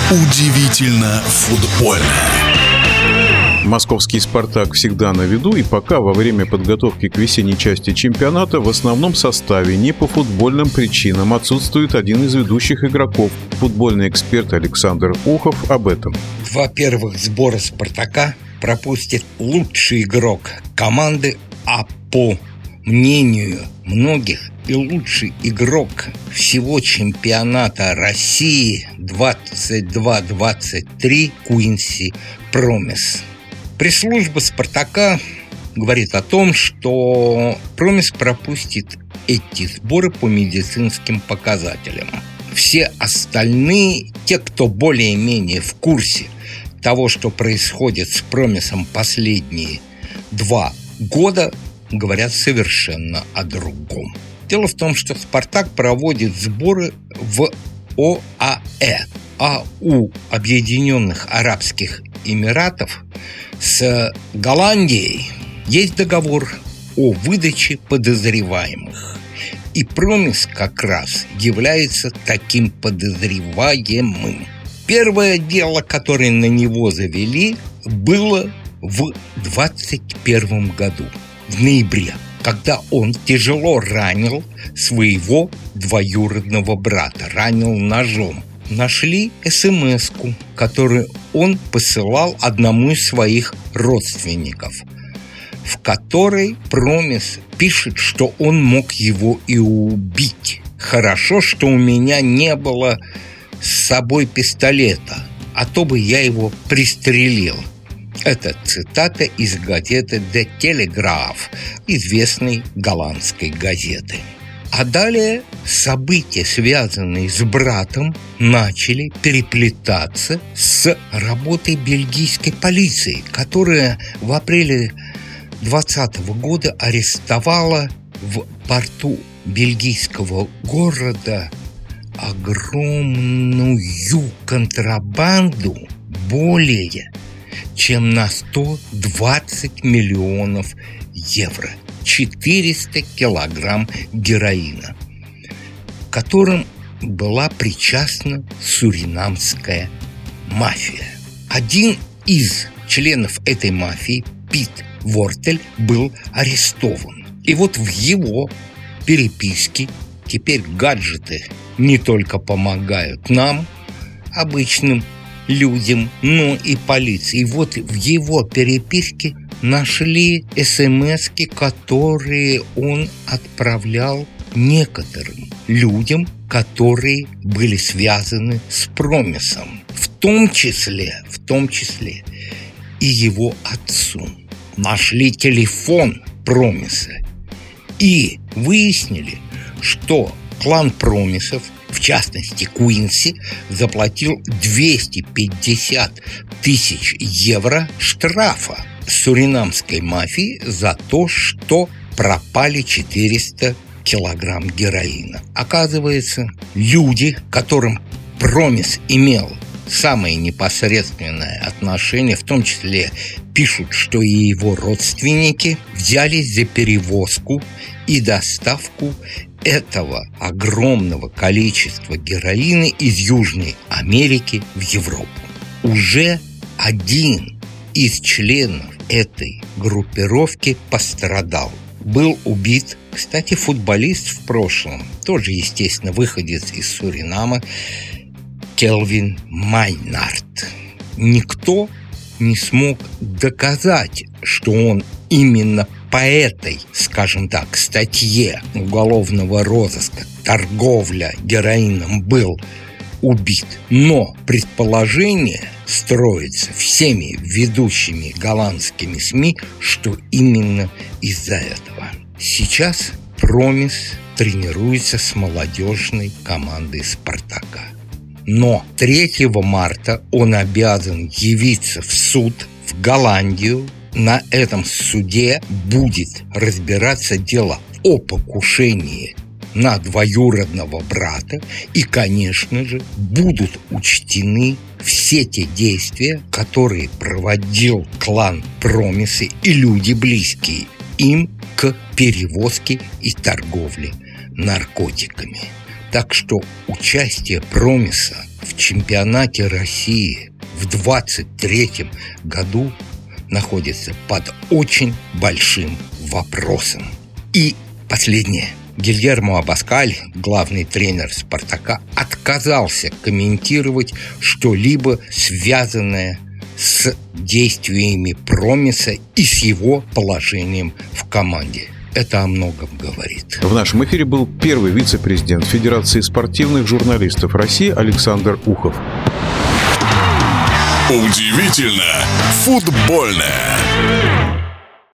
Удивительно футбольно. Московский «Спартак» всегда на виду, и пока во время подготовки к весенней части чемпионата в основном составе не по футбольным причинам отсутствует один из ведущих игроков. Футбольный эксперт Александр Ухов об этом. Во-первых, сборы «Спартака» пропустит лучший игрок команды, а по мнению многих и лучший игрок всего чемпионата России 22-23 Куинси Промис. Пресс-служба «Спартака» говорит о том, что Промис пропустит эти сборы по медицинским показателям. Все остальные, те, кто более-менее в курсе того, что происходит с Промисом последние 2 года, говорят совершенно о другом. Дело в том, что «Спартак» проводит сборы в ОАЭ, АУ Объединенных Арабских Эмиратов. С Голландией есть договор о выдаче подозреваемых. И Промис как раз является таким подозреваемым. Первое дело, которое на него завели, было в 2021 году, в ноябре, когда он тяжело ранил своего двоюродного брата, ранил ножом. Нашли смс-ку, которую он посылал одному из своих родственников, в которой Промис пишет, что он мог его и убить. «Хорошо, что у меня не было с собой пистолета, а то бы я его пристрелил». Это цитата из газеты «The Telegraph», известной голландской газеты. А далее события, связанные с братом, начали переплетаться с работой бельгийской полиции, которая в апреле 2020 года арестовала в порту бельгийского города огромную контрабанду более чем на 120 миллионов евро. 400 килограмм героина, к которым была причастна суринамская мафия. Один из членов этой мафии, Пит Вортель, был арестован. И вот в его переписке теперь гаджеты не только помогают нам, обычным людям, но и полиции. И вот в его переписке нашли смс-ки, которые он отправлял некоторым людям, которые были связаны с Промисом, в том числе и его отцу. Нашли телефон Промиса и выяснили, что клан Промисов, в частности Куинси, заплатил 250 тысяч евро штрафа суринамской мафии за то, что пропали 400 килограмм героина. Оказывается, люди, к которым Промис имел самое непосредственное отношение, в том числе пишут, что и его родственники, взялись за перевозку и доставку этого огромного количества героина из Южной Америки в Европу. Уже один из членов этой группировки пострадал. Был убит, кстати, футболист в прошлом, тоже, естественно, выходец из Суринама, Келвин Майнард. Никто не смог доказать, что он именно по этой, скажем так, статье уголовного розыска «Торговля героином» был убит. Но предположение строится всеми ведущими голландскими СМИ, что именно из-за этого. Сейчас Промис тренируется с молодежной командой «Спартака». Но 3 марта он обязан явиться в суд в Голландию. На этом суде будет разбираться дело о покушении на двоюродного брата, и, конечно же, будут учтены все те действия, которые проводил клан Промисы и люди, близкие им к перевозке и торговле наркотиками. Так что участие Промиса в чемпионате России в 2023 году находится под очень большим вопросом. И последнее. Гильермо Абаскаль, главный тренер «Спартака», отказался комментировать что-либо связанное с действиями Промиса и с его положением в команде. Это о многом говорит. В нашем эфире был первый вице-президент Федерации спортивных журналистов России Александр Ухов. Удивительно футбольное.